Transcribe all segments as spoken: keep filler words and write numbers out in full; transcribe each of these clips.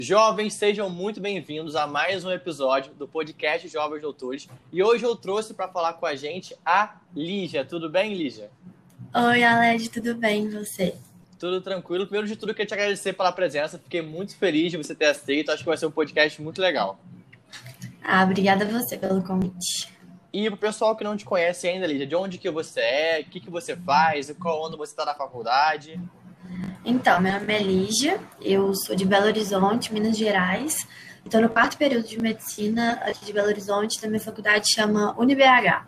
Jovens, sejam muito bem-vindos a mais um episódio do podcast Jovens Doutores. E hoje eu trouxe para falar com a gente a Lígia. Tudo bem, Lígia? Oi, Aled, tudo bem? E você? Tudo tranquilo. Primeiro de tudo, eu queria te agradecer pela presença. Fiquei muito feliz de você ter aceito. Acho que vai ser um podcast muito legal. Ah, obrigada a você pelo convite. E pro pessoal que não te conhece ainda, Lígia, de onde que você é, o que, que você faz, qual ano você está na faculdade? Então, meu nome é Lígia, eu sou de Belo Horizonte, Minas Gerais. Estou no quarto período de medicina aqui de Belo Horizonte, da minha faculdade chama U N B H.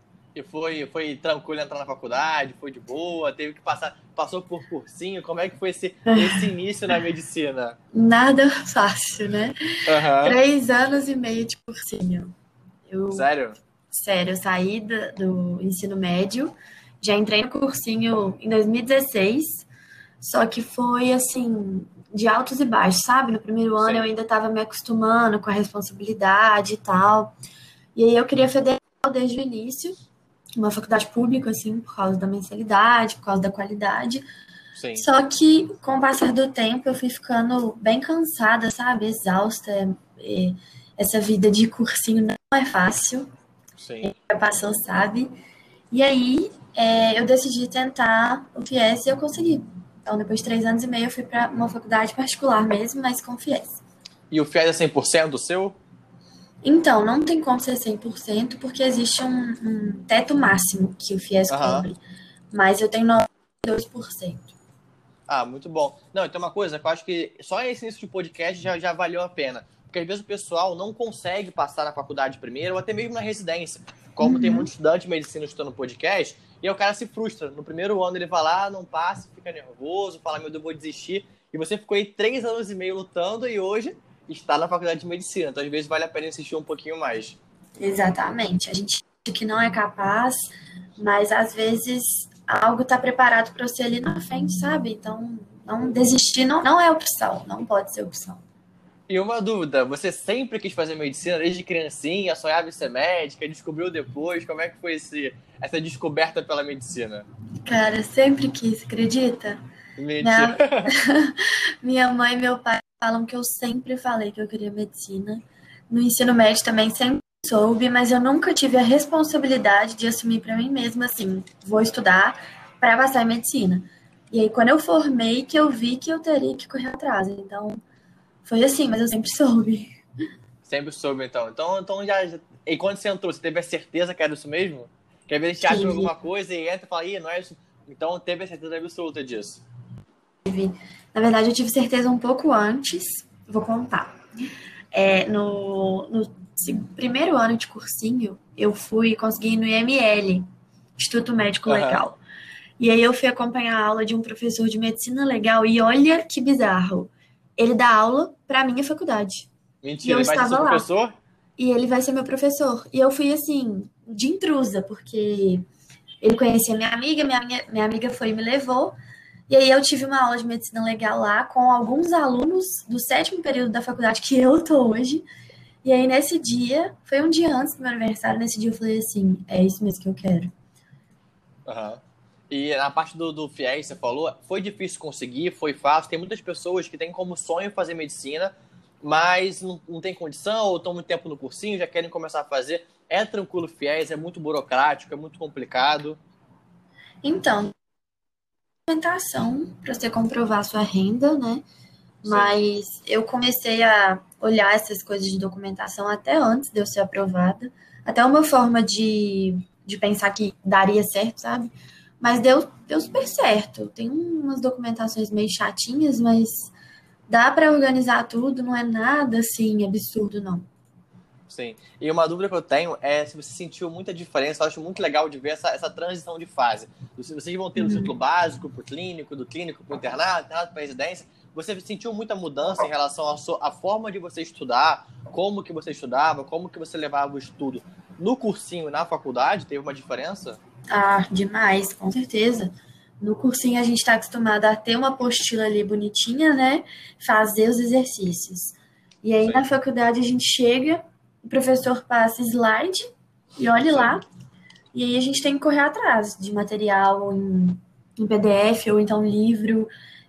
E foi, foi tranquilo entrar na faculdade, foi de boa, teve que passar, passou por cursinho, como é que foi esse, esse início na medicina? Nada fácil, né? Uhum. Três anos e meio de cursinho. Eu, Sério? Sério, eu saí do, do ensino médio, já entrei no cursinho em dois mil e dezesseis, só que foi, assim, de altos e baixos, sabe? No primeiro ano Sim. eu ainda estava me acostumando com a responsabilidade e tal. E aí eu queria federal desde o início, uma faculdade pública, assim, por causa da mensalidade, por causa da qualidade. Sim. Só que, com o passar do tempo, eu fui ficando bem cansada, sabe? Exausta. E essa vida de cursinho não é fácil. Sim. Já passou, sabe? E aí, é, eu decidi tentar o FIES e eu consegui. Então, depois de três anos e meio, eu fui para uma faculdade particular mesmo, mas com FIES. E o FIES é cem por cento seu? Então, não tem como ser cem por cento, porque existe um, um teto máximo que o FIES Aham. cobre. Mas eu tenho noventa e dois por cento. Ah, muito bom. Não, então uma coisa que eu acho que só esse início de podcast já, já valeu a pena. Porque às vezes o pessoal não consegue passar na faculdade primeiro, ou até mesmo na residência. Como Uhum. tem muito estudante de medicina estudando podcast, e aí o cara se frustra. No primeiro ano ele vai lá, não passa, fica nervoso, fala, meu Deus, eu vou desistir. E você ficou aí três anos e meio lutando e hoje está na faculdade de medicina. Então às vezes vale a pena insistir um pouquinho mais. Exatamente. A gente acha que não é capaz, mas às vezes algo está preparado para você ali na frente, sabe? Então, não desistir não, não é opção, não pode ser opção. E uma dúvida, você sempre quis fazer medicina desde criancinha, sonhava em ser médica, descobriu depois, como é que foi esse, essa descoberta pela medicina? Cara, sempre quis, acredita? Mentira. Minha, minha mãe e meu pai falam que eu sempre falei que eu queria medicina. No ensino médio também sempre soube, mas eu nunca tive a responsabilidade de assumir para mim mesma, assim, vou estudar para passar em medicina. E aí, quando eu formei, que eu vi que eu teria que correr atrás. Então, foi assim, mas eu sempre soube. Sempre soube, então. Então, então já, já... E quando você entrou, você teve a certeza que era isso mesmo? Que às vezes a gente acha Tive, alguma coisa e entra e fala, ih, não é isso. Então teve a certeza absoluta disso. tive. Na verdade, eu tive certeza um pouco antes. Vou contar. É, no, no primeiro ano de cursinho, eu fui conseguir ir no I M L, Instituto Médico Aham. Legal. E aí eu fui acompanhar a aula de um professor de medicina legal e olha que bizarro. Ele dá aula para a minha faculdade. E Mentira, eu ele vai ser seu estava lá. professor? E ele vai ser meu professor. E eu fui assim, de intrusa, porque ele conhecia minha amiga, minha, minha, minha amiga foi e me levou. E aí eu tive uma aula de medicina legal lá com alguns alunos do sétimo período da faculdade que eu tô hoje. E aí nesse dia, foi um dia antes do meu aniversário, nesse dia eu falei assim, é isso mesmo que eu quero. Aham. E na parte do, do FIES, você falou, foi difícil conseguir, foi fácil. Tem muitas pessoas que têm como sonho fazer medicina, mas não, não tem condição, ou estão muito tempo no cursinho, já querem começar a fazer. É tranquilo o FIES, é muito burocrático, é muito complicado. Então, documentação para você comprovar sua renda, né? Sim. Mas eu comecei a olhar essas coisas de documentação até antes de eu ser aprovada. Até uma forma de, de pensar que daria certo, sabe? Mas deu, deu super certo. Tem umas documentações meio chatinhas, mas dá para organizar tudo, não é nada assim absurdo, não. Sim. E uma dúvida que eu tenho é se você sentiu muita diferença. Eu acho muito legal de ver essa, essa transição de fase. Vocês vão ter do ciclo básico para o clínico, do clínico para o internato, internato para a residência. Você sentiu muita mudança em relação à, sua, à forma de você estudar, como que você estudava, como que você levava o estudo no cursinho e na faculdade? Teve uma diferença? Ah, demais, com certeza. No cursinho a gente está acostumado a ter uma apostila ali bonitinha, né? Fazer os exercícios. E aí Sim. na faculdade a gente chega, o professor passa slide e olhe Sim. lá. E aí a gente tem que correr atrás de material em, em P D F ou então livro.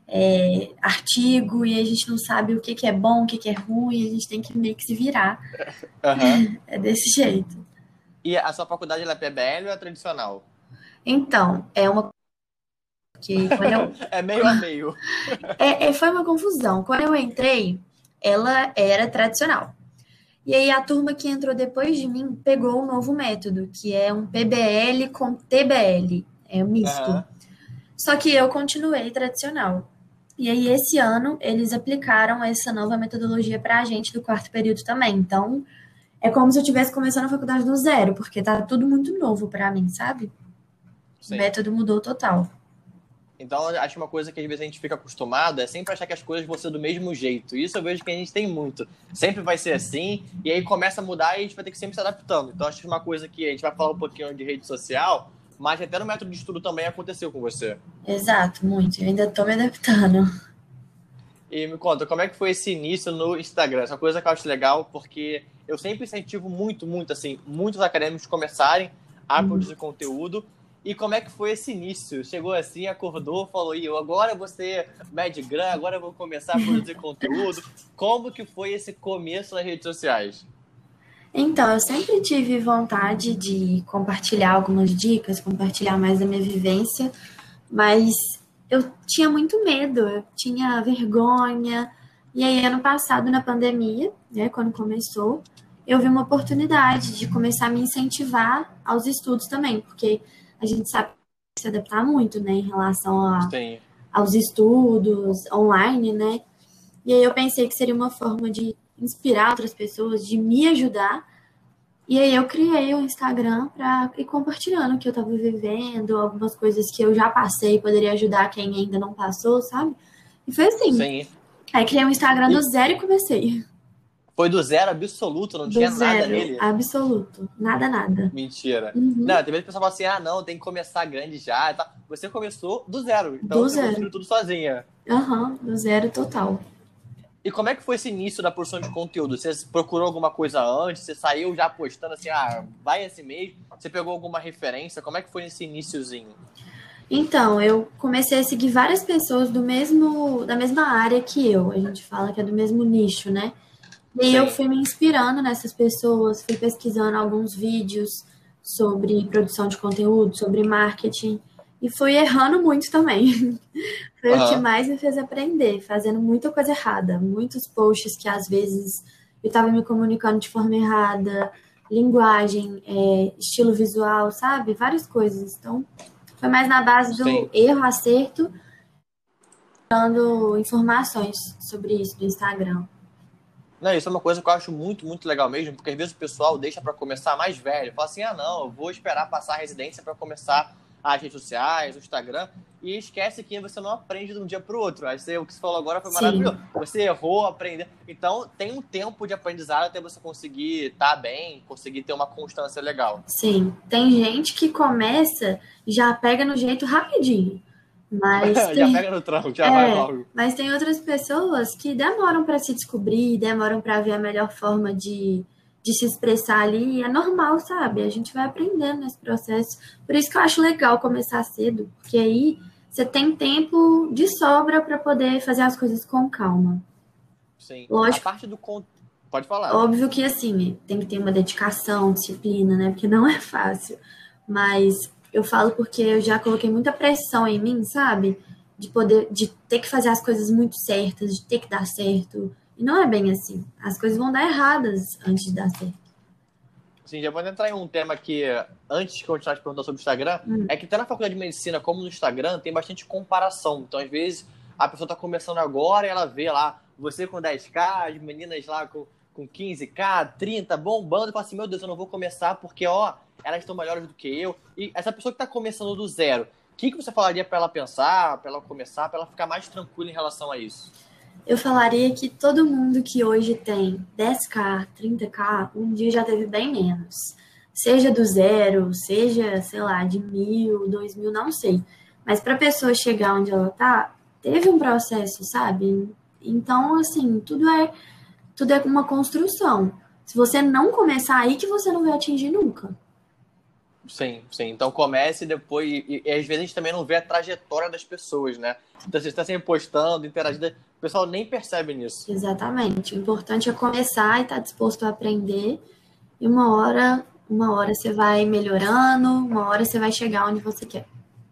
é, artigo, e a gente não sabe o que, que é bom, o que, que é ruim, a gente tem que meio que se virar. Aham. É desse jeito. E a sua faculdade ela é P B L ou é tradicional? Então, é uma que quando eu, É meio a meio. é, é, foi uma confusão. Quando eu entrei, ela era tradicional. E aí a turma que entrou depois de mim pegou o novo método, que é um P B L com T B L, é um misto. Aham. Só que eu continuei tradicional. E aí esse ano eles aplicaram essa nova metodologia para a gente do quarto período também. Então, é como se eu estivesse começando a faculdade do zero, porque tá tudo muito novo para mim, sabe? O Sim. método mudou total. Então, acho que uma coisa que às vezes a gente fica acostumado é sempre achar que as coisas vão ser do mesmo jeito. Isso eu vejo que a gente tem muito. Sempre vai ser assim, e aí começa a mudar e a gente vai ter que sempre se adaptando. Então, acho que uma coisa que a gente vai falar um pouquinho de rede social, mas até no método de estudo também aconteceu com você. Exato, muito. Eu ainda tô me adaptando. E me conta, como é que foi esse início no Instagram? Essa coisa que eu acho legal, porque eu sempre incentivo muito, muito, assim, muitos acadêmicos começarem a produzir conteúdo. E como é que foi esse início? Chegou assim, acordou, falou, e eu agora vou ser Medgram, agora eu vou começar a produzir conteúdo. Como que foi esse começo nas redes sociais? Então, eu sempre tive vontade de compartilhar algumas dicas, compartilhar mais da minha vivência, mas eu tinha muito medo, eu tinha vergonha. E aí, ano passado, na pandemia, né, quando começou, eu vi uma oportunidade de começar a me incentivar aos estudos também, porque a gente sabe se adaptar muito, né, em relação a, Sim. aos estudos online, né? E aí eu pensei que seria uma forma de inspirar outras pessoas, de me ajudar. E aí eu criei o Instagram para ir compartilhando o que eu estava vivendo, algumas coisas que eu já passei e poderia ajudar quem ainda não passou, sabe? E foi assim. Sim. Aí criei um Instagram do E zero e comecei. foi do zero absoluto, não Do tinha nada zero, nele? absoluto. Nada, nada. Mentira. Uhum. Não, tem vezes que o pessoal fala assim, ah, não, tem que começar grande já e tal. Você começou do zero, então Do você construiu zero. tudo sozinha. Aham, do zero total. E como é que foi esse início da produção de conteúdo? Você procurou alguma coisa antes? Você saiu já postando assim, ah, vai assim mesmo? Você pegou alguma referência? Como é que foi esse iniciozinho? Então, eu comecei a seguir várias pessoas do mesmo, da mesma área que eu. A gente fala que é do mesmo nicho, né? E aí eu Sim. fui me inspirando nessas pessoas, fui pesquisando alguns vídeos sobre produção de conteúdo, sobre marketing, e fui errando muito também. Foi o que Aham. mais me fez aprender, fazendo muita coisa errada, muitos posts que às vezes eu estava me comunicando de forma errada, linguagem, é, estilo visual, sabe? Várias coisas. Então, foi mais na base do Sim. erro, acerto, dando informações sobre isso no Instagram. Não, isso é uma coisa que eu acho muito, muito legal mesmo, porque às vezes o pessoal deixa pra começar mais velho. Fala assim, ah, não, eu vou esperar passar a residência pra começar as redes sociais, o Instagram, e esquece que você não aprende de um dia pro outro. Aí você, o que você falou agora foi Sim. maravilhoso. Você errou, aprendeu. Então, tem um tempo de aprendizado até você conseguir estar bem, conseguir ter uma constância legal. Sim, tem gente que começa e já pega no jeito rapidinho, mas Já tem, pega no tranco, já vai é, logo. mas tem outras pessoas que demoram para se descobrir, demoram para ver a melhor forma de, de se expressar ali, e é normal, sabe? A gente vai aprendendo nesse processo. Por isso que eu acho legal começar cedo, porque aí você tem tempo de sobra para poder fazer as coisas com calma. Sim. A Lógico. parte do... Con... Pode falar. Óbvio que, assim, tem que ter uma dedicação, disciplina, né? Porque não é fácil. Mas eu falo porque eu já coloquei muita pressão em mim, sabe? De poder, de ter que fazer as coisas muito certas, de ter que dar certo. E não é bem assim. As coisas vão dar erradas antes de dar certo. Sim, já vou entrar em um tema que, antes de continuar te perguntando sobre o Instagram, Hum. é que tanto na faculdade de medicina como no Instagram tem bastante comparação. Então, às vezes, a pessoa está começando agora e ela vê lá você com dez K, as meninas lá com, com quinze K, trinta, bombando, e fala assim, meu Deus, eu não vou começar porque, ó, elas estão melhores do que eu. E essa pessoa que está começando do zero, o que, que você falaria para ela pensar, para ela começar, para ela ficar mais tranquila em relação a isso? Eu falaria que todo mundo que hoje tem dez K, trinta K, um dia já teve bem menos. Seja do zero, seja, sei lá, de mil, dois mil, não sei. Mas para a pessoa chegar onde ela tá, teve um processo, sabe? Então, assim, tudo é, tudo é uma construção. Se você não começar aí, que você não vai atingir nunca. Sim, sim. Então comece e depois. E, e às vezes a gente também não vê a trajetória das pessoas, né? Então você está sempre postando, interagindo, o pessoal nem percebe nisso. Exatamente. O importante é começar e estar disposto a aprender. E uma hora, uma hora você vai melhorando, uma hora você vai chegar onde você quer.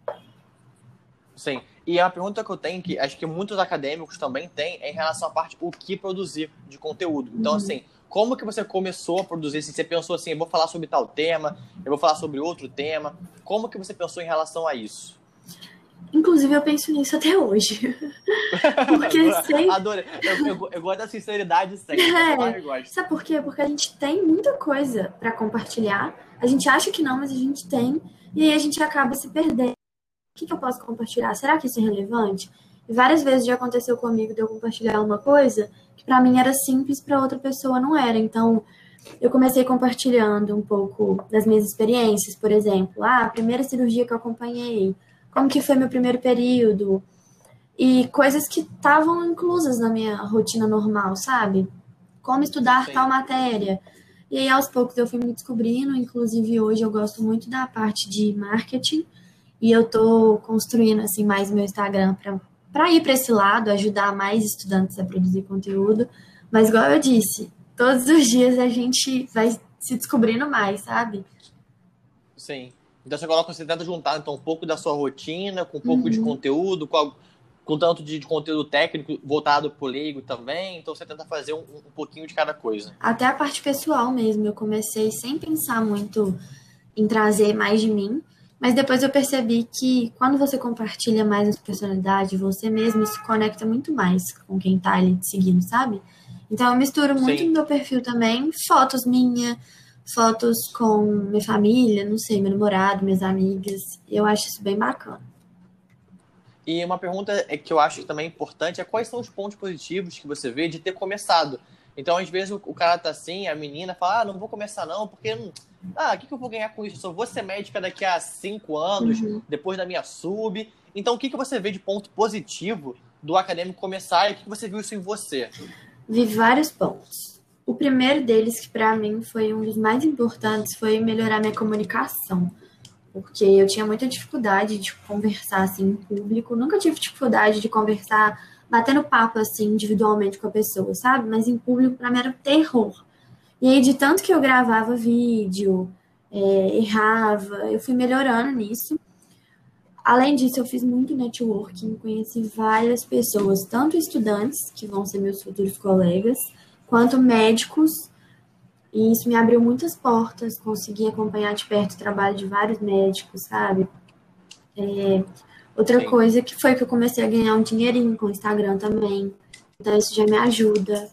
Sim. E a pergunta que eu tenho, que acho que muitos acadêmicos também têm, é em relação à parte o que produzir de conteúdo. Então, Uhum. assim, como que você começou a produzir? Se você pensou assim, eu vou falar sobre tal tema, eu vou falar sobre outro tema. Como que você pensou em relação a isso? Inclusive, eu penso nisso até hoje. Porque sempre... Adorei. Eu, eu, eu gosto da sinceridade sempre. É. Eu mais gosto. Sabe por quê? Porque a gente tem muita coisa para compartilhar. A gente acha que não, mas a gente tem. E aí a gente acaba se perdendo. O que, que eu posso compartilhar? Será que isso é relevante? E várias vezes já aconteceu comigo de eu compartilhar uma coisa que para mim era simples, para outra pessoa não era. Então, eu comecei compartilhando um pouco das minhas experiências, por exemplo. Ah, a primeira cirurgia que eu acompanhei. Como que foi meu primeiro período? E coisas que estavam inclusas na minha rotina normal, sabe? Como estudar Sim. tal matéria. E aí, aos poucos, eu fui me descobrindo. Inclusive, hoje eu gosto muito da parte de marketing. E eu tô construindo, assim, mais meu Instagram para ir para esse lado, ajudar mais estudantes a produzir conteúdo. Mas, igual eu disse, todos os dias a gente vai se descobrindo mais, sabe? Sim. Então você coloca, você tenta juntar então, um pouco da sua rotina, com um pouco uhum. de conteúdo, com, a, com tanto de, de conteúdo técnico voltado para o leigo também. Então você tenta fazer um, um pouquinho de cada coisa. Até a parte pessoal mesmo. Eu comecei sem pensar muito em trazer mais de mim. Mas depois eu percebi que quando você compartilha mais a sua personalidade, você mesmo se conecta muito mais com quem tá ali te seguindo, sabe? Então eu misturo muito Sim. no meu perfil também, fotos minhas, fotos com minha família, não sei, meu namorado, minhas amigas. Eu acho isso bem bacana. E uma pergunta que eu acho também importante é quais são os pontos positivos que você vê de ter começado? Então, às vezes, o cara tá assim, a menina fala, ah, não vou começar não, porque, ah, o que, que eu vou ganhar com isso? Eu só vou ser médica daqui a cinco anos, uhum. depois da minha sub. Então, o que, que você vê de ponto positivo do acadêmico começar e o que, que você viu isso em você? Vi vários pontos. O primeiro deles, que para mim foi um dos mais importantes, foi melhorar minha comunicação. Porque eu tinha muita dificuldade de conversar, assim, em público. Nunca tive dificuldade de conversar batendo papo, assim, individualmente com a pessoa, sabe? Mas em público, pra mim, era um terror. E aí, de tanto que eu gravava vídeo, é, errava, eu fui melhorando nisso. Além disso, eu fiz muito networking, conheci várias pessoas, tanto estudantes, que vão ser meus futuros colegas, quanto médicos. E isso me abriu muitas portas, consegui acompanhar de perto o trabalho de vários médicos, sabe? É... Outra Sim. coisa que foi que eu comecei a ganhar um dinheirinho com o Instagram também. Então, isso já me ajuda.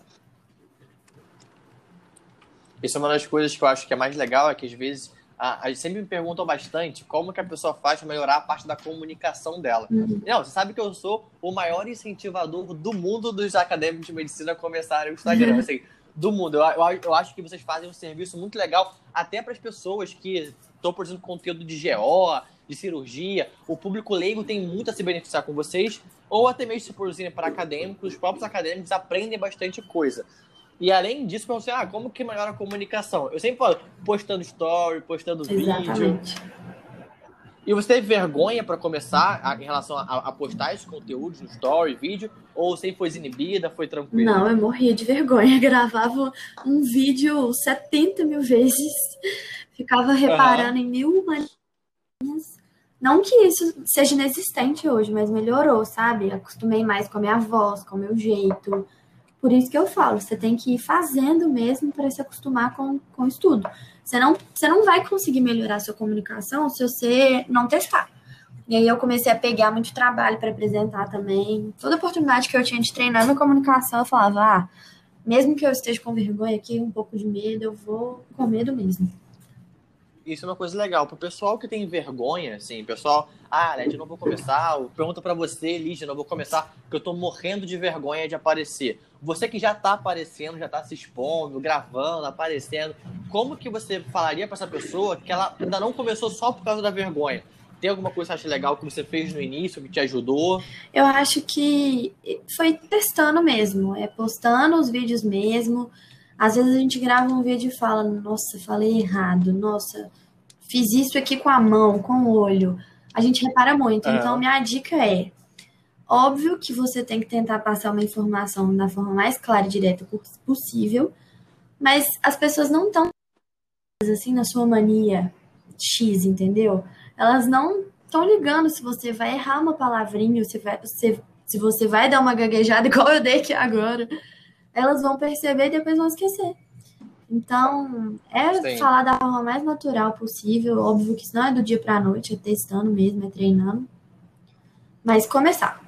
Isso é uma das coisas que eu acho que é mais legal, é que às vezes a, a gente sempre me perguntam bastante como que a pessoa faz para melhorar a parte da comunicação dela. Uhum. Não, você sabe que eu sou o maior incentivador do mundo dos acadêmicos de medicina a começarem o Instagram, uhum. assim, do mundo. Eu, eu, eu acho que vocês fazem um serviço muito legal até para as pessoas que estão produzindo conteúdo de G O, de cirurgia. O público leigo tem muito a se beneficiar com vocês, ou até mesmo se produzirem para acadêmicos, os próprios acadêmicos aprendem bastante coisa. E além disso, você, ah, como que melhora a comunicação? Eu sempre falo, postando story, postando Exatamente. vídeo. E você teve vergonha para começar a, em relação a, a postar esses conteúdos no story, vídeo? Ou sempre foi inibida, foi tranquilo? Não, eu morria de vergonha. Gravava um vídeo setenta mil vezes. Ficava reparando uhum. em mil maninhas. Não que isso seja inexistente hoje, mas melhorou, sabe? Acostumei mais com a minha voz, com o meu jeito. Por isso que eu falo, você tem que ir fazendo mesmo para se acostumar com, com o estudo. Você não, você não vai conseguir melhorar a sua comunicação se você não testar. E aí eu comecei a pegar muito trabalho para apresentar também. Toda oportunidade que eu tinha de treinar minha comunicação, eu falava, ah, mesmo que eu esteja com vergonha aqui, um pouco de medo, eu vou com medo mesmo. Isso é uma coisa legal. Pro pessoal que tem vergonha, assim, pessoal, ah, Led, eu não vou começar. Pergunta pra você, Lígia, eu não vou começar, porque eu tô morrendo de vergonha de aparecer. Você que já tá aparecendo, já tá se expondo, gravando, aparecendo, como que você falaria pra essa pessoa que ela ainda não começou só por causa da vergonha? Tem alguma coisa que você acha legal que você fez no início, que te ajudou? Eu acho que foi testando mesmo, é postando os vídeos mesmo. Às vezes a gente grava um vídeo e fala, nossa, falei errado, nossa, fiz isso aqui com a mão, com o olho. A gente repara muito. Então, Aham. minha dica é, óbvio que você tem que tentar passar uma informação da forma mais clara e direta possível, mas as pessoas não estão assim na sua mania X, entendeu? Elas não estão ligando se você vai errar uma palavrinha, se, vai, se, se você vai dar uma gaguejada igual eu dei aqui agora. Elas vão perceber e depois vão esquecer. Então, é Sim. falar da forma mais natural possível. Óbvio que isso não é do dia para a noite, é testando mesmo, é treinando. Mas começar.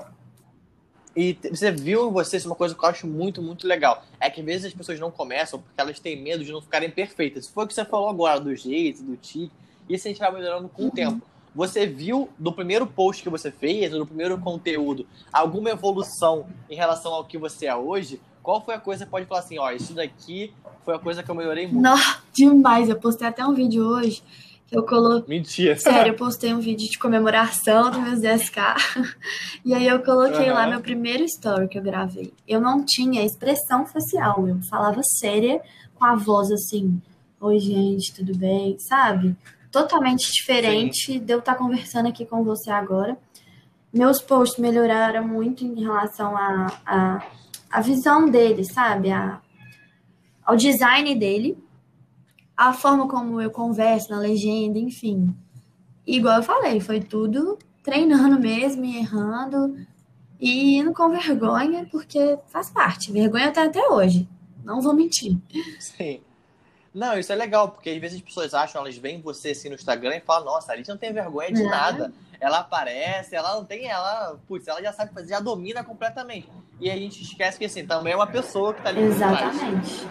E você viu em você isso é uma coisa que eu acho muito, muito legal. É que às vezes as pessoas não começam porque elas têm medo de não ficarem perfeitas. Foi o que você falou agora, do jeito, do tique. Isso a gente vai melhorando com o tempo. Você viu do primeiro post que você fez, ou do primeiro conteúdo, alguma evolução em relação ao que você é hoje? Qual foi a coisa que pode falar assim, ó, isso daqui foi a coisa que eu melhorei muito? Não, demais. Eu postei até um vídeo hoje que eu coloquei. Mentira. Sério, eu postei um vídeo de comemoração dos meus dez K. E aí eu coloquei Uhum. lá meu primeiro story que eu gravei. Eu não tinha expressão facial, eu falava séria com a voz assim, oi gente, tudo bem? Sabe? Totalmente diferente de eu estar conversando aqui com você agora. Meus posts melhoraram muito em relação à a, a, a visão dele, sabe? A, ao design dele, a forma como eu converso na legenda, enfim. Igual eu falei, foi tudo treinando mesmo e errando e indo com vergonha, porque faz parte. Vergonha até até hoje. Não vou mentir. Sim. Não, isso é legal, porque às vezes as pessoas acham, elas veem você assim no Instagram e falam, nossa, a Alice não tem vergonha de É. nada. Ela aparece, ela não tem, ela, putz, ela já sabe fazer, já domina completamente. E a gente esquece que assim, também é uma pessoa que tá ali por trás. Exatamente.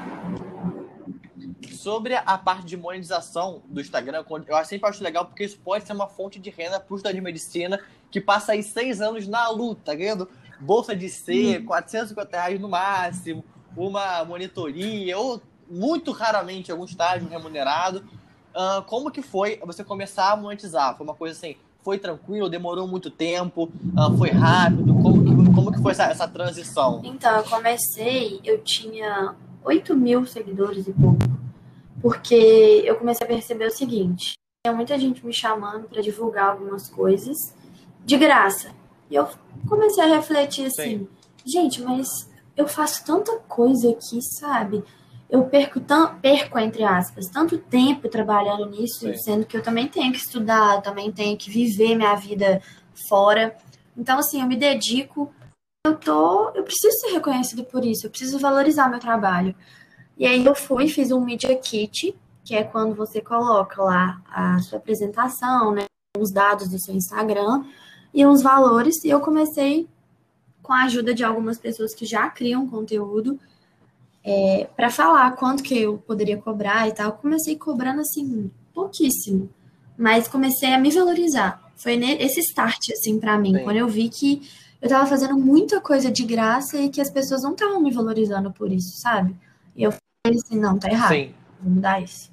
Sobre a parte de monetização do Instagram, eu sempre acho legal porque isso pode ser uma fonte de renda para o estudante de medicina que passa aí seis anos na luta, ganhando bolsa de C, Hum. quatrocentos e cinquenta reais no máximo, uma monitoria, ou muito raramente algum estágio remunerado. Uh, como que foi você começar a monetizar? Foi uma coisa assim, foi tranquilo, demorou muito tempo, uh, foi rápido? Como que, como que foi essa, essa transição? Então, eu comecei, eu tinha oito mil seguidores e pouco. Porque eu comecei a perceber o seguinte, tinha muita gente me chamando para divulgar algumas coisas de graça. E eu comecei a refletir assim, Sim. gente, mas eu faço tanta coisa aqui, sabe? Eu perco, tão, perco entre aspas, tanto tempo trabalhando nisso, Sim. sendo que eu também tenho que estudar, eu também tenho que viver minha vida fora. Então, assim, eu me dedico, eu tô, eu preciso ser reconhecida por isso, eu preciso valorizar meu trabalho. E aí eu fui, fiz um Media Kit, que é quando você coloca lá a sua apresentação, né, os dados do seu Instagram e uns valores. E eu comecei com a ajuda de algumas pessoas que já criam conteúdo é, para falar quanto que eu poderia cobrar e tal. Eu comecei cobrando, assim, pouquíssimo. Mas comecei a me valorizar. Foi esse start, assim, para mim. Sim. Quando eu vi que eu tava fazendo muita coisa de graça e que as pessoas não estavam me valorizando por isso, sabe? E eu falei assim, não, tá errado. Sim. Vou mudar isso.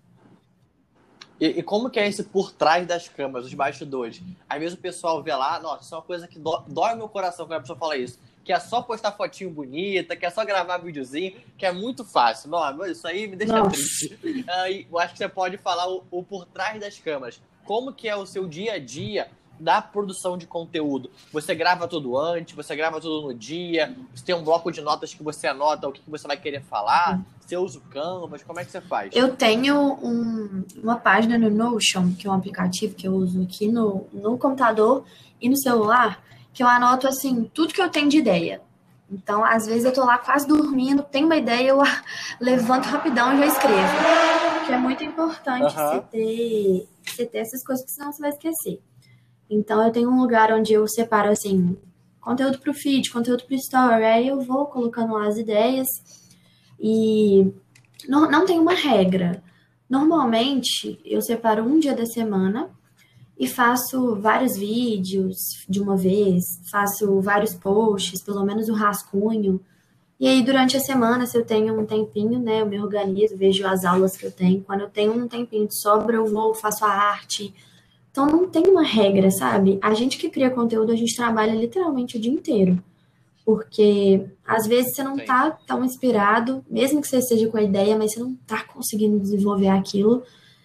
E, e como que é esse por trás das câmeras, os bastidores? Às vezes o pessoal vê lá, nossa, isso é uma coisa que do, dói meu coração quando a pessoa fala isso. Que é só postar fotinho bonita, que é só gravar videozinho, que é muito fácil. Não, isso aí me deixa Nossa. triste. Uh, eu acho que você pode falar o, o por trás das câmeras. Como que é o seu dia a dia da produção de conteúdo? Você grava tudo antes, você grava tudo no dia, você tem um bloco de notas que você anota o que, que você vai querer falar, você usa o Canvas, como é que você faz? Eu tenho um, uma página no Notion, que é um aplicativo que eu uso aqui no, no computador e no celular, que eu anoto, assim, tudo que eu tenho de ideia. Então, às vezes eu tô lá quase dormindo, tenho uma ideia, eu levanto rapidão e já escrevo. Que é muito importante Uhum. você ter, você ter essas coisas, porque senão você vai esquecer. Então, eu tenho um lugar onde eu separo, assim, conteúdo pro feed, conteúdo pro story, aí eu vou colocando lá as ideias e não, não tem uma regra. Normalmente, eu separo um dia da semana e faço vários vídeos de uma vez, faço vários posts, pelo menos o rascunho. E aí, durante a semana, se eu tenho um tempinho, né, eu me organizo, vejo as aulas que eu tenho. Quando eu tenho um tempinho de sobra, eu vou, faço a arte. Então, não tem uma regra, sabe? A gente que cria conteúdo, a gente trabalha literalmente o dia inteiro. Porque, às vezes, você não Sim. tá tão inspirado, mesmo que você esteja com a ideia, mas você não tá conseguindo desenvolver aquilo.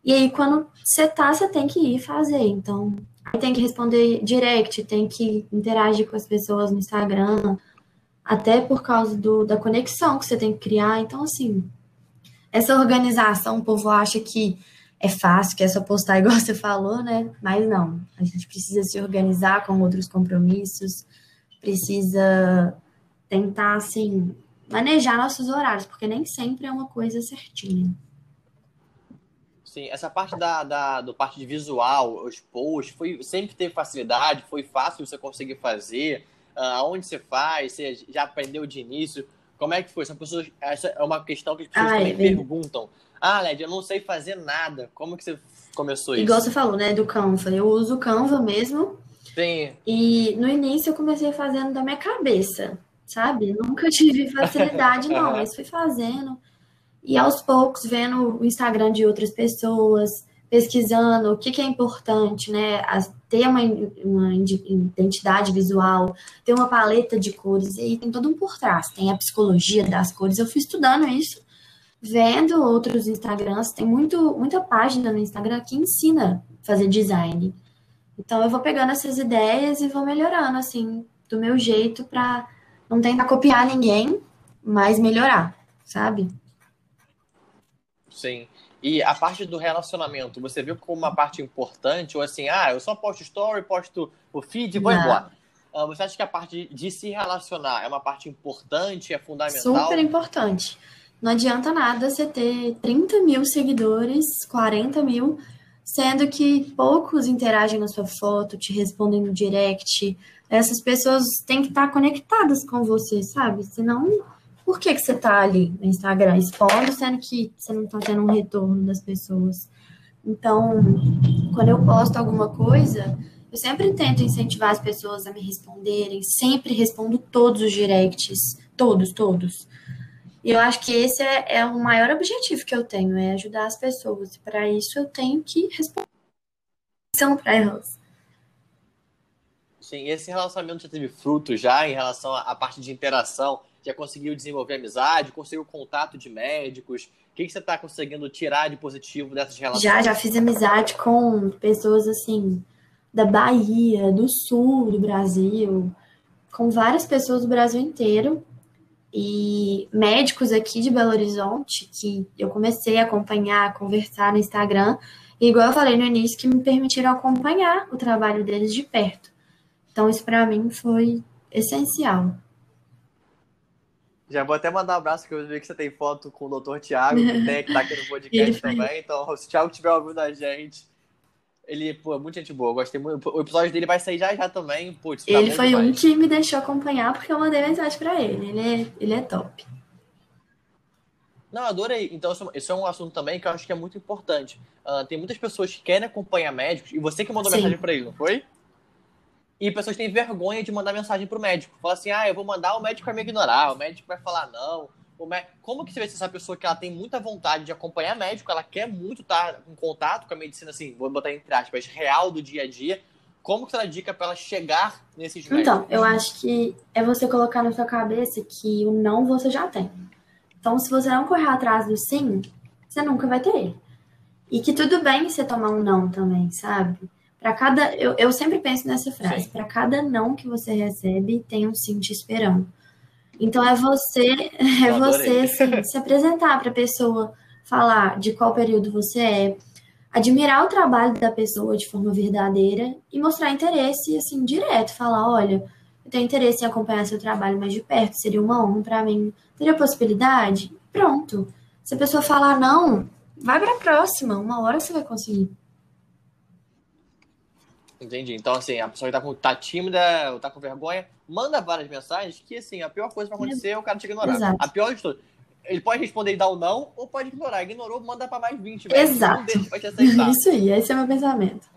E aí, quando você tá, você tem que ir fazer. Então, aí tem que responder direct, tem que interagir com as pessoas no Instagram, até por causa do, da conexão que você tem que criar. Então, assim, essa organização, o povo acha que é fácil, que é só postar igual você falou, né? Mas não. A gente precisa se organizar com outros compromissos, precisa tentar, assim, manejar nossos horários, porque nem sempre é uma coisa certinha. Sim, essa parte da, da do parte de visual, os posts, foi, sempre teve facilidade, foi fácil você conseguir fazer, ah, aonde você faz, você já aprendeu de início, como é que foi? São pessoas, essa é uma questão que as pessoas Ah, é também verdade. perguntam. Ah, Led, eu não sei fazer nada. Como que você começou Igual isso? você falou, né, do Canva. Eu uso o Canva mesmo. Sim. E no início eu comecei fazendo da minha cabeça, sabe? Nunca tive facilidade, não, mas fui fazendo. E aos poucos vendo o Instagram de outras pessoas, pesquisando o que, que é importante, né? As- ter uma, uma indi- identidade visual, ter uma paleta de cores, e aí tem todo um por trás. Tem a psicologia das cores. Eu fui estudando isso, vendo outros Instagrams. Tem muito, muita página no Instagram que ensina a fazer design. Então eu vou pegando essas ideias e vou melhorando, assim, do meu jeito para não tentar copiar ninguém, mas melhorar, sabe? Sim. E a parte do relacionamento, você viu como uma parte importante? Ou assim, ah, eu só posto story, posto o feed e vou embora. Não. Ah, você acha que a parte de se relacionar é uma parte importante, é Super fundamental? importante. Não adianta nada você ter trinta mil seguidores, quarenta mil, sendo que poucos interagem na sua foto, te respondem no direct. Essas pessoas têm que estar conectadas com você, sabe? Senão, por que que você está ali no Instagram expondo, sendo que você não está tendo um retorno das pessoas? Então, quando eu posto alguma coisa, eu sempre tento incentivar as pessoas a me responderem, sempre respondo todos os directs, todos, todos. E eu acho que esse é, é o maior objetivo que eu tenho, é ajudar as pessoas. E para isso eu tenho que responder para elas. Sim, e esse relacionamento já teve fruto já em relação à à parte de interação? Já conseguiu desenvolver amizade? Conseguiu contato de médicos? O que que você está conseguindo tirar de positivo dessas Já, já relações? fiz amizade com pessoas assim, da Bahia, do sul do Brasil, com várias pessoas do Brasil inteiro. E médicos aqui de Belo Horizonte, que eu comecei a acompanhar, a conversar no Instagram, e igual eu falei no início, que me permitiram acompanhar o trabalho deles de perto. Então, isso para mim foi essencial. Já vou até mandar um abraço, que eu vi que você tem foto com o doutor Tiago, que tem, que tá aqui no E ele podcast foi. também. Então, se o Thiago estiver ouvindo a gente, ele, pô, é muito gente boa. Gostei muito. O episódio dele vai sair já já também. Putz, tá Ele bom foi um demais. que me deixou acompanhar porque eu mandei mensagem para ele. Ele é, ele é top. Não, adorei. Então, isso isso é um assunto também que eu acho que é muito importante. Ah, tem muitas pessoas que querem acompanhar médicos, e você que mandou mensagem Sim. pra ele, não foi? E pessoas têm vergonha de mandar mensagem pro médico. Fala assim, ah, eu vou mandar, o médico vai me ignorar, o médico vai falar não. O mé- Como que você vê se essa pessoa que ela tem muita vontade de acompanhar médico, ela quer muito estar em contato com a medicina, assim, vou botar entre aspas, real do dia a dia, como que você dá dica pra ela chegar nesses Então, eu médicos? acho que é você colocar na sua cabeça que o não você já tem. Então, se você não correr atrás do sim, você nunca vai ter ele. E que tudo bem você tomar um não também, sabe? Para cada, eu, eu sempre penso nessa frase, Sim, para cada não que você recebe, tem um sim te esperando. Então é você, é eu você adorei. assim, se apresentar para a pessoa, falar de qual período você é, admirar o trabalho da pessoa de forma verdadeira e mostrar interesse assim direto, falar, olha, eu tenho interesse em acompanhar seu trabalho mais de perto, seria uma honra para mim. Teria possibilidade? Pronto. Se a pessoa falar não, vai para a próxima, uma hora você vai conseguir. Entendi. Então, assim, a pessoa que tá, com, tá tímida, tá com vergonha, manda várias mensagens que, assim, a pior coisa que vai acontecer é o cara te ignorar. A Exato. pior de tudo. Ele pode responder e dar o não, ou pode ignorar. Ignorou, manda pra mais vinte médicos. Um Exato. deles vai te aceitar. Isso aí, esse é o meu pensamento.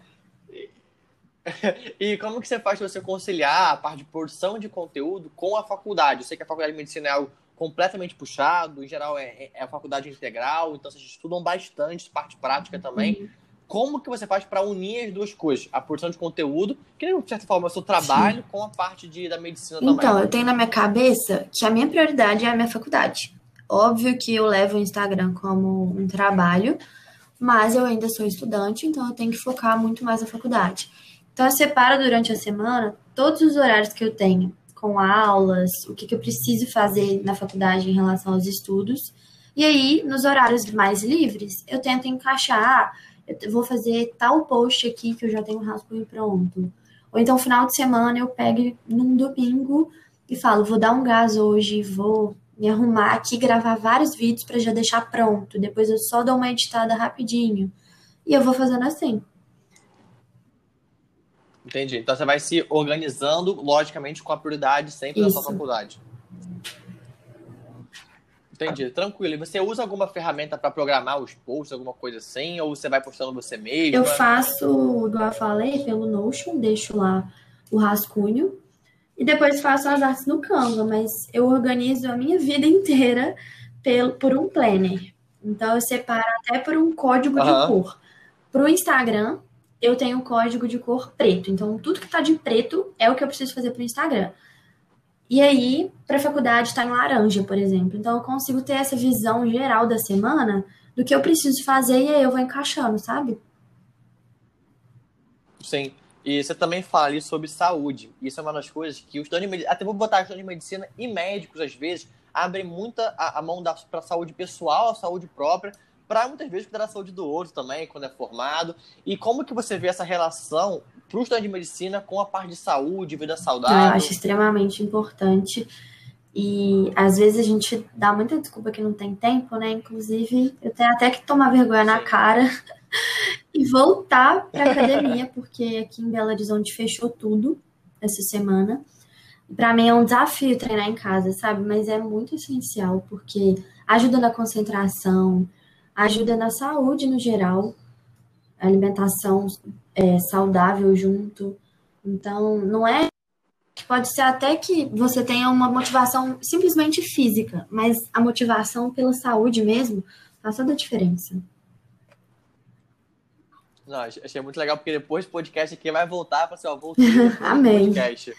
E como que você faz para você conciliar a parte de produção de conteúdo com a faculdade? Eu sei que a faculdade de medicina é algo completamente puxado, em geral é, é a faculdade integral, então vocês estudam bastante parte prática também. Como que você faz para unir as duas coisas? A produção de conteúdo, que de certa forma é o seu Sim. trabalho, com a parte de, da medicina também. Então, eu tenho na minha cabeça que a minha prioridade é a minha faculdade. Óbvio que eu levo o Instagram como um trabalho, mas eu ainda sou estudante, então eu tenho que focar muito mais na faculdade. Então eu separo durante a semana todos os horários que eu tenho, com aulas, o que, que eu preciso fazer na faculdade em relação aos estudos. E aí, nos horários mais livres, eu tento encaixar, ah, eu vou fazer tal post aqui que eu já tenho um rascunho pronto. Ou então, final de semana, eu pego num domingo e falo, vou dar um gás hoje, vou me arrumar aqui, gravar vários vídeos para já deixar pronto. Depois eu só dou uma editada rapidinho. E eu vou fazendo assim. Entendi. Então você vai se organizando, logicamente, com a prioridade sempre da sua Isso. faculdade. Entendi, tranquilo. E você usa alguma ferramenta para programar os posts, alguma coisa assim? Ou você vai postando você mesma? Eu faço, igual eu falei, pelo Notion, deixo lá o rascunho. E depois faço as artes no Canva, mas eu organizo a minha vida inteira pelo, por um planner. Então eu separo até por um código de Aham. cor. Para o Instagram, eu tenho um código de cor preto. Então tudo que está de preto é o que eu preciso fazer para o Instagram. E aí, para a faculdade, está em laranja, por exemplo. Então eu consigo ter essa visão geral da semana do que eu preciso fazer e aí eu vou encaixando, sabe? Sim. E você também fala ali sobre saúde. Isso é uma das coisas que os estudantes de medicina, até vou botar estudantes de medicina e médicos, às vezes, abrem muita a, a mão para a saúde pessoal, a saúde própria, para muitas vezes cuidar da saúde do outro também, quando é formado. E como que você vê essa relação para o estudante de medicina com a parte de saúde, vida saudável? Eu acho extremamente importante. E às vezes a gente dá muita desculpa que não tem tempo, né? Inclusive, eu tenho até que tomar vergonha na Sim. cara e voltar para academia, porque aqui em Belo Horizonte fechou tudo essa semana. Para mim é um desafio treinar em casa, sabe? Mas é muito essencial, porque ajuda na concentração, ajuda na saúde no geral, alimentação é, saudável junto. Então, não é. Pode ser até que você tenha uma motivação simplesmente física, mas a motivação pela saúde mesmo faz toda a diferença. Não, achei muito legal, porque depois do podcast aqui vai voltar para ser, ó, voltei depois do Amém. podcast.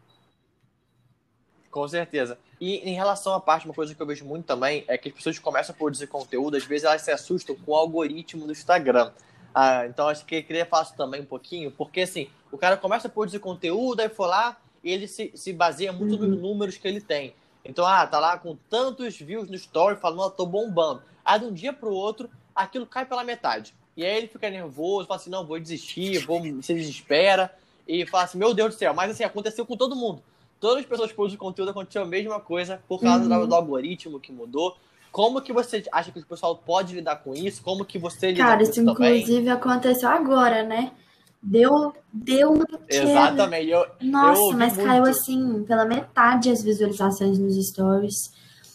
Com certeza. E em relação à parte, uma coisa que eu vejo muito também é que as pessoas começam a produzir conteúdo, às vezes elas se assustam com o algoritmo do Instagram. Ah, então acho que eu queria falar isso também um pouquinho, porque assim, o cara começa a produzir conteúdo, aí for lá e ele se, se baseia muito Uhum. nos números que ele tem. Então, ah, tá lá com tantos views no story, falando, ó, tô bombando. Aí de um dia pro outro, aquilo cai pela metade. E aí ele fica nervoso, fala assim, não, vou desistir, vou, se desespera, e fala assim, meu Deus do céu, mas assim, aconteceu com todo mundo. Todas as pessoas que produzem conteúdo aconteceu a mesma coisa por causa Uhum. do, do algoritmo que mudou. Como que você acha que o pessoal pode lidar com isso? Como que você lida Cara, com isso isso também? inclusive aconteceu agora, né? Deu, deu uma pequena... Exatamente. Eu, Nossa, eu ouvi mas muito. caiu assim, pela metade as visualizações nos stories.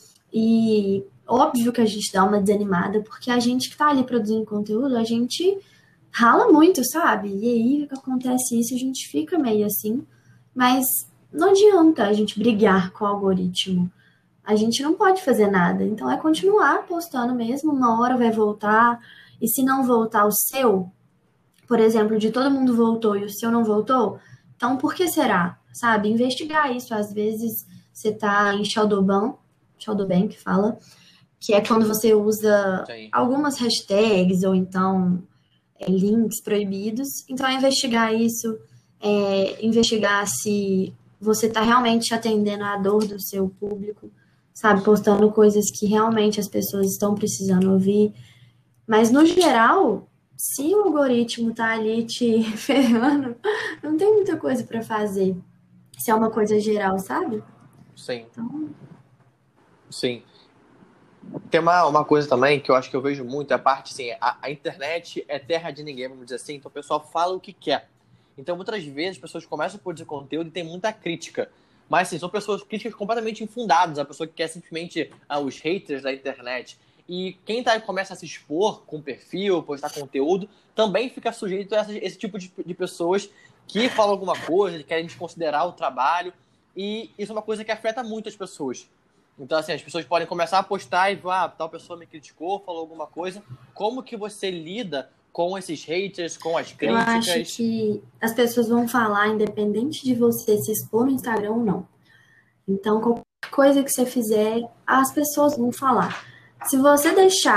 E óbvio que a gente dá uma desanimada, porque a gente que tá ali produzindo conteúdo, a gente rala muito, sabe? E aí que acontece isso, a gente fica meio assim. Mas não adianta a gente brigar com o algoritmo. A gente não pode fazer nada. Então é continuar postando mesmo, uma hora vai voltar. E se não voltar o seu, por exemplo, de todo mundo voltou e o seu não voltou, então por que será? Sabe? Investigar isso. Às vezes você tá em Shadowban, Shadowban que fala, que é quando você usa Sim. algumas hashtags ou então é, links proibidos. Então é investigar isso, é, investigar se você está realmente atendendo à dor do seu público, sabe? Postando coisas que realmente as pessoas estão precisando ouvir. Mas no geral, se o algoritmo tá ali te ferrando, não tem muita coisa para fazer. Se é uma coisa geral, sabe? Sim. Então... Sim. Tem uma, uma coisa também que eu acho que eu vejo muito, é a parte assim, a, a internet é terra de ninguém, vamos dizer assim, então o pessoal fala o que quer. Então muitas vezes as pessoas começam a produzir conteúdo e tem muita crítica. Mas assim, são pessoas críticas completamente infundadas, a pessoa que quer simplesmente ah, os haters da internet. E quem tá, começa a se expor com perfil, postar conteúdo, também fica sujeito a essa, esse tipo de, de pessoas que falam alguma coisa, que querem desconsiderar o trabalho. E isso é uma coisa que afeta muito as pessoas. Então, assim, as pessoas podem começar a postar e ah, tal pessoa me criticou, falou alguma coisa. Como que você lida com esses haters, com as críticas? Eu acho que as pessoas vão falar independente de você se expor no Instagram ou não. Então, qualquer coisa que você fizer, as pessoas vão falar. Se você deixar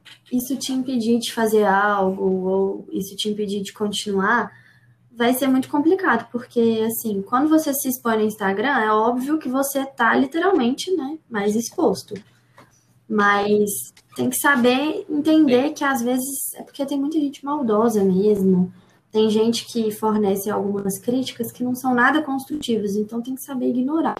isso te impedir de fazer algo, ou isso te impedir de continuar, vai ser muito complicado, porque, assim, quando você se expõe no Instagram, é óbvio que você tá literalmente, né, mais exposto. Mas tem que saber Sim. entender que, às vezes, é porque tem muita gente maldosa mesmo. Tem gente que fornece algumas críticas que não são nada construtivas, então tem que saber ignorar.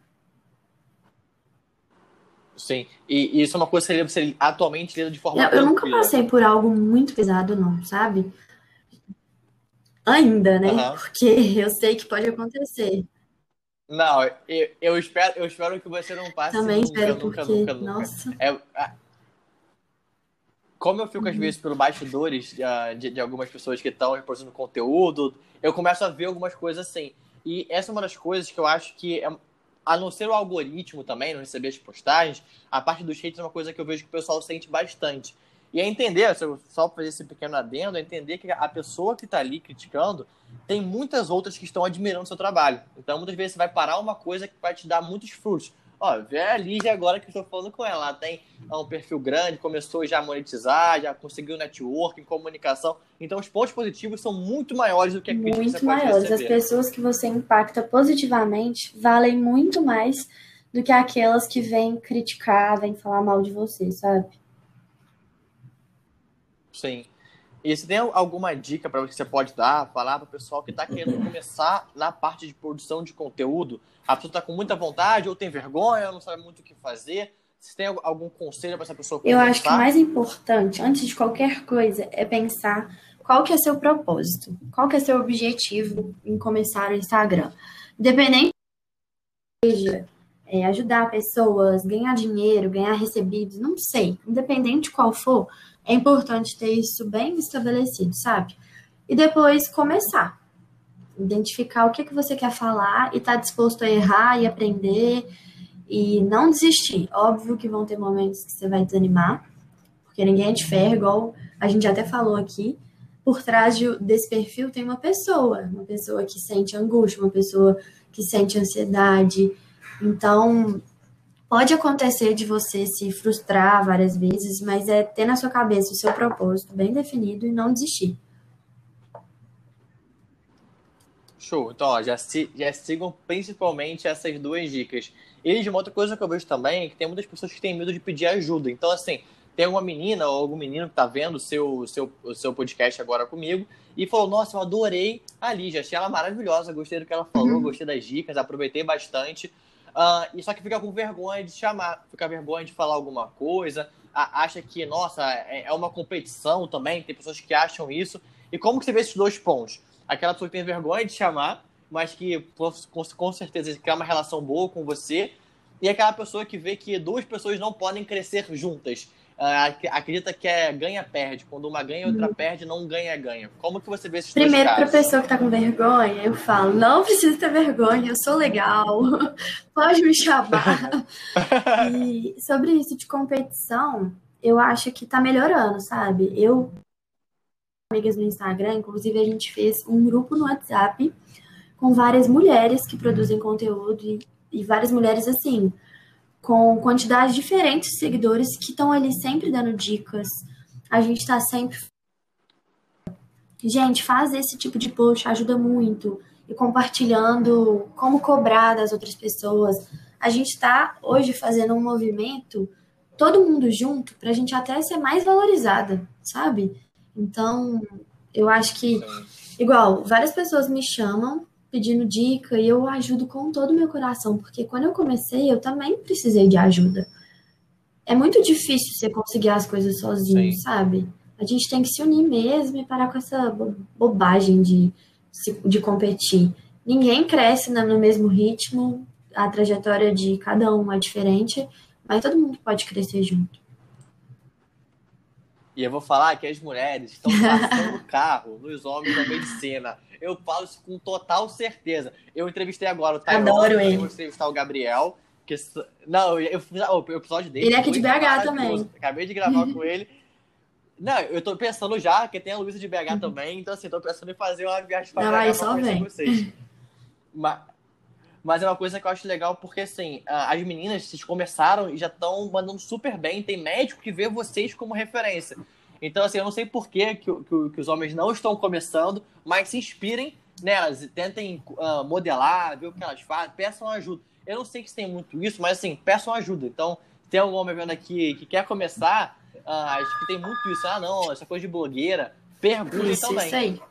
Sim. E, e isso é uma coisa que você atualmente lida de Eu, forma eu nunca tranquila. passei por algo muito pesado, não, sabe? Ainda, né? Aham. Porque eu sei que pode acontecer. Não, eu, eu espero, eu espero que você não passe Também nunca, espero, nunca, porque, nunca, nunca. nossa. É, a- como eu fico às Uhum. vezes pelo bastidores ah, de, de algumas pessoas que estão reproduzindo conteúdo, eu começo a ver algumas coisas assim. E essa é uma das coisas que eu acho que, é, a não ser o algoritmo também, não receber as postagens, a parte dos hates é uma coisa que eu vejo que o pessoal sente bastante. E é entender, se eu só fazer esse pequeno adendo, é entender que a pessoa que está ali criticando tem muitas outras que estão admirando o seu trabalho. Então, muitas vezes você vai parar uma coisa que vai te dar muitos frutos. Ó, vê a Lígia agora que eu estou falando com ela. Ela tem um perfil grande, começou já a monetizar, já conseguiu networking, comunicação. Então, os pontos positivos são muito maiores do que a crítica que você Muito pode maiores. As receber. pessoas que você impacta positivamente valem muito mais do que aquelas que vêm criticar, vêm falar mal de você, sabe? Sim. E você tem alguma dica para que você pode dar, falar para o pessoal que está querendo começar na parte de produção de conteúdo? A pessoa está com muita vontade ou tem vergonha, não sabe muito o que fazer. Você tem algum conselho para essa pessoa Eu acho que o começar? mais importante, antes de qualquer coisa, é pensar qual que é seu propósito, qual que é seu objetivo em começar o Instagram. Independente seja é, ajudar pessoas, ganhar dinheiro, ganhar recebidos, não sei. Independente de qual for, é importante ter isso bem estabelecido, sabe? E depois começar. Identificar o que, que você quer falar e estar tá disposto a errar e aprender e não desistir. Óbvio que vão ter momentos que você vai desanimar, porque ninguém é de ferro, igual a gente até falou aqui. Por trás de, desse perfil tem uma pessoa, uma pessoa que sente angústia, uma pessoa que sente ansiedade. Então, pode acontecer de você se frustrar várias vezes, mas é ter na sua cabeça o seu propósito bem definido e não desistir. Show. Então, ó, já, se, já sigam principalmente essas duas dicas. E de uma outra coisa que eu vejo também é que tem muitas pessoas que têm medo de pedir ajuda. Então, assim, tem uma menina ou algum menino que tá vendo o seu, seu, o seu podcast agora comigo e falou, nossa, eu adorei a Lígia, achei ela maravilhosa, gostei do que ela falou, Uhum. gostei das dicas, aproveitei bastante. Uh, e só que fica com vergonha de chamar, fica com vergonha de falar alguma coisa, a, acha que, nossa, é, é uma competição também, tem pessoas que acham isso. E como que você vê esses dois pontos? Aquela pessoa que tem vergonha de chamar, mas que com, com certeza quer uma relação boa com você, e aquela pessoa que vê que duas pessoas não podem crescer juntas. Uh, acredita que é ganha-perde. Quando uma ganha e outra perde, não ganha-ganha. Como que você vê esses dois Primeiro, para a casos? pessoa que tá com vergonha, eu falo, não precisa ter vergonha, eu sou legal, pode me chamar. E sobre isso de competição, eu acho que tá melhorando, sabe? Eu, amigas no Instagram, inclusive a gente fez um grupo no WhatsApp com várias mulheres que produzem conteúdo e, e várias mulheres assim, com quantidades diferentes de seguidores que estão ali sempre dando dicas. A gente tá sempre. Gente, faz esse tipo de post, ajuda muito. E compartilhando como cobrar das outras pessoas. A gente está hoje fazendo um movimento, todo mundo junto, para a gente até ser mais valorizada, sabe? Então, eu acho que, Sim. igual, várias pessoas me chamam pedindo dica e eu ajudo com todo o meu coração, porque quando eu comecei, eu também precisei de ajuda. É muito difícil você conseguir as coisas sozinho, Sim. sabe? A gente tem que se unir mesmo e parar com essa bo- bobagem de, se- de competir. Ninguém cresce na- no mesmo ritmo, a trajetória de cada um é diferente, mas todo mundo pode crescer junto. E eu vou falar que as mulheres estão passando o carro nos homens da medicina. Eu falo isso com total certeza. Eu entrevistei agora o Tairon, Adoro também vou ele. entrevistar o Gabriel. Que, não, eu, eu, o episódio dele Ele é aqui de foi B H maravilhoso. também. Acabei de gravar com ele. Não, eu tô pensando já, que tem a Luísa de B H também, então assim, tô pensando em fazer uma viagem pra Não, B H aí pra só conhecer vem. vocês. Mas, Mas é uma coisa que eu acho legal porque, assim, as meninas, vocês começaram e já estão mandando super bem. Tem médico que vê vocês como referência. Então, assim, eu não sei por que, que, que, que os homens não estão começando, mas se inspirem nelas. Tentem uh, modelar, ver o que elas fazem, peçam ajuda. Eu não sei que tem muito isso, mas, assim, peçam ajuda. Então, tem algum homem vendo aqui que quer começar, uh, acho que tem muito isso. Ah, não, essa coisa de blogueira. Perguntem Isso, também. isso aí.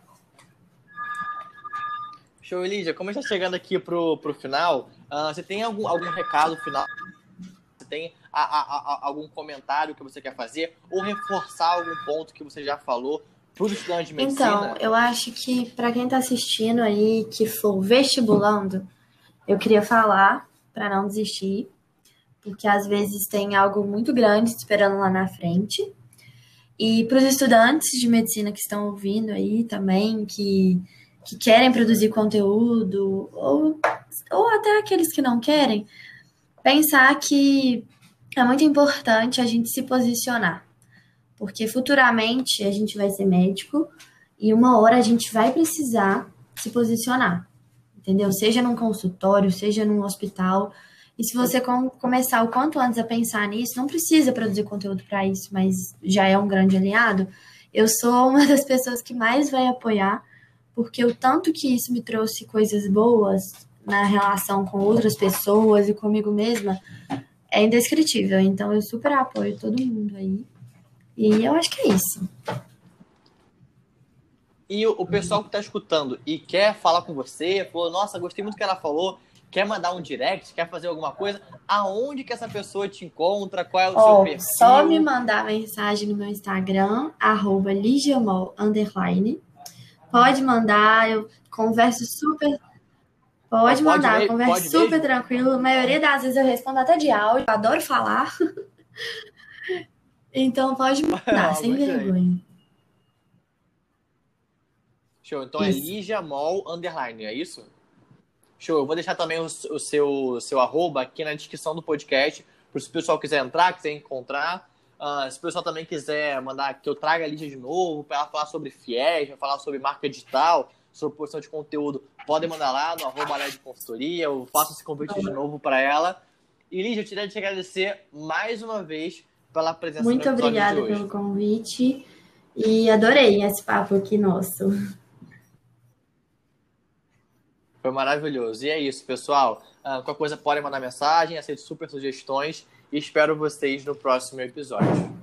Show, Elídia. Como a gente está chegando aqui pro, pro final, uh, você tem algum, algum recado final? Você tem a, a, a, algum comentário que você quer fazer? Ou reforçar algum ponto que você já falou para os estudantes de medicina? Então, eu acho que para quem está assistindo aí, que for vestibulando, eu queria falar para não desistir, porque às vezes tem algo muito grande esperando lá na frente. E para os estudantes de medicina que estão ouvindo aí também, que, que querem produzir conteúdo, ou, ou até aqueles que não querem, pensar que é muito importante a gente se posicionar. Porque futuramente a gente vai ser médico e uma hora a gente vai precisar se posicionar, entendeu? Seja num consultório, seja num hospital. E se você com, começar o quanto antes a pensar nisso, não precisa produzir conteúdo para isso, mas já é um grande aliado. Eu sou uma das pessoas que mais vai apoiar, porque o tanto que isso me trouxe coisas boas na relação com outras pessoas e comigo mesma é indescritível. Então eu super apoio todo mundo aí. E eu acho que é isso. E o, o pessoal que está escutando e quer falar com você, falou, nossa, gostei muito do que ela falou, quer mandar um direct, quer fazer alguma coisa, aonde que essa pessoa te encontra, qual é o oh, seu perfil? Só me mandar mensagem no meu Instagram, arroba ligiamol, underline. Pode mandar, eu converso super... Pode, pode mandar, eu converso pode super mesmo? Tranquilo. A maioria das vezes eu respondo até de áudio, eu adoro falar. Então pode mandar, sem vergonha. Show, então isso. É ligiamol, underline, é isso? Show, eu vou deixar também o, o seu, seu arroba aqui na descrição do podcast, para se o pessoal quiser entrar, quiser encontrar. Uh, se o pessoal também quiser mandar que eu traga a Lígia de novo, para ela falar sobre FIES, falar sobre marca digital, sobre produção de conteúdo, podem mandar lá no arroba Lé de Consultoria, eu faço esse convite de novo para ela. E Lígia, eu queria te agradecer mais uma vez pela presença no episódio de hoje. Muito obrigada pelo convite e adorei esse papo aqui nosso. Foi maravilhoso. E é isso, pessoal. Uh, qualquer coisa podem mandar mensagem, aceito super sugestões e espero vocês no próximo episódio.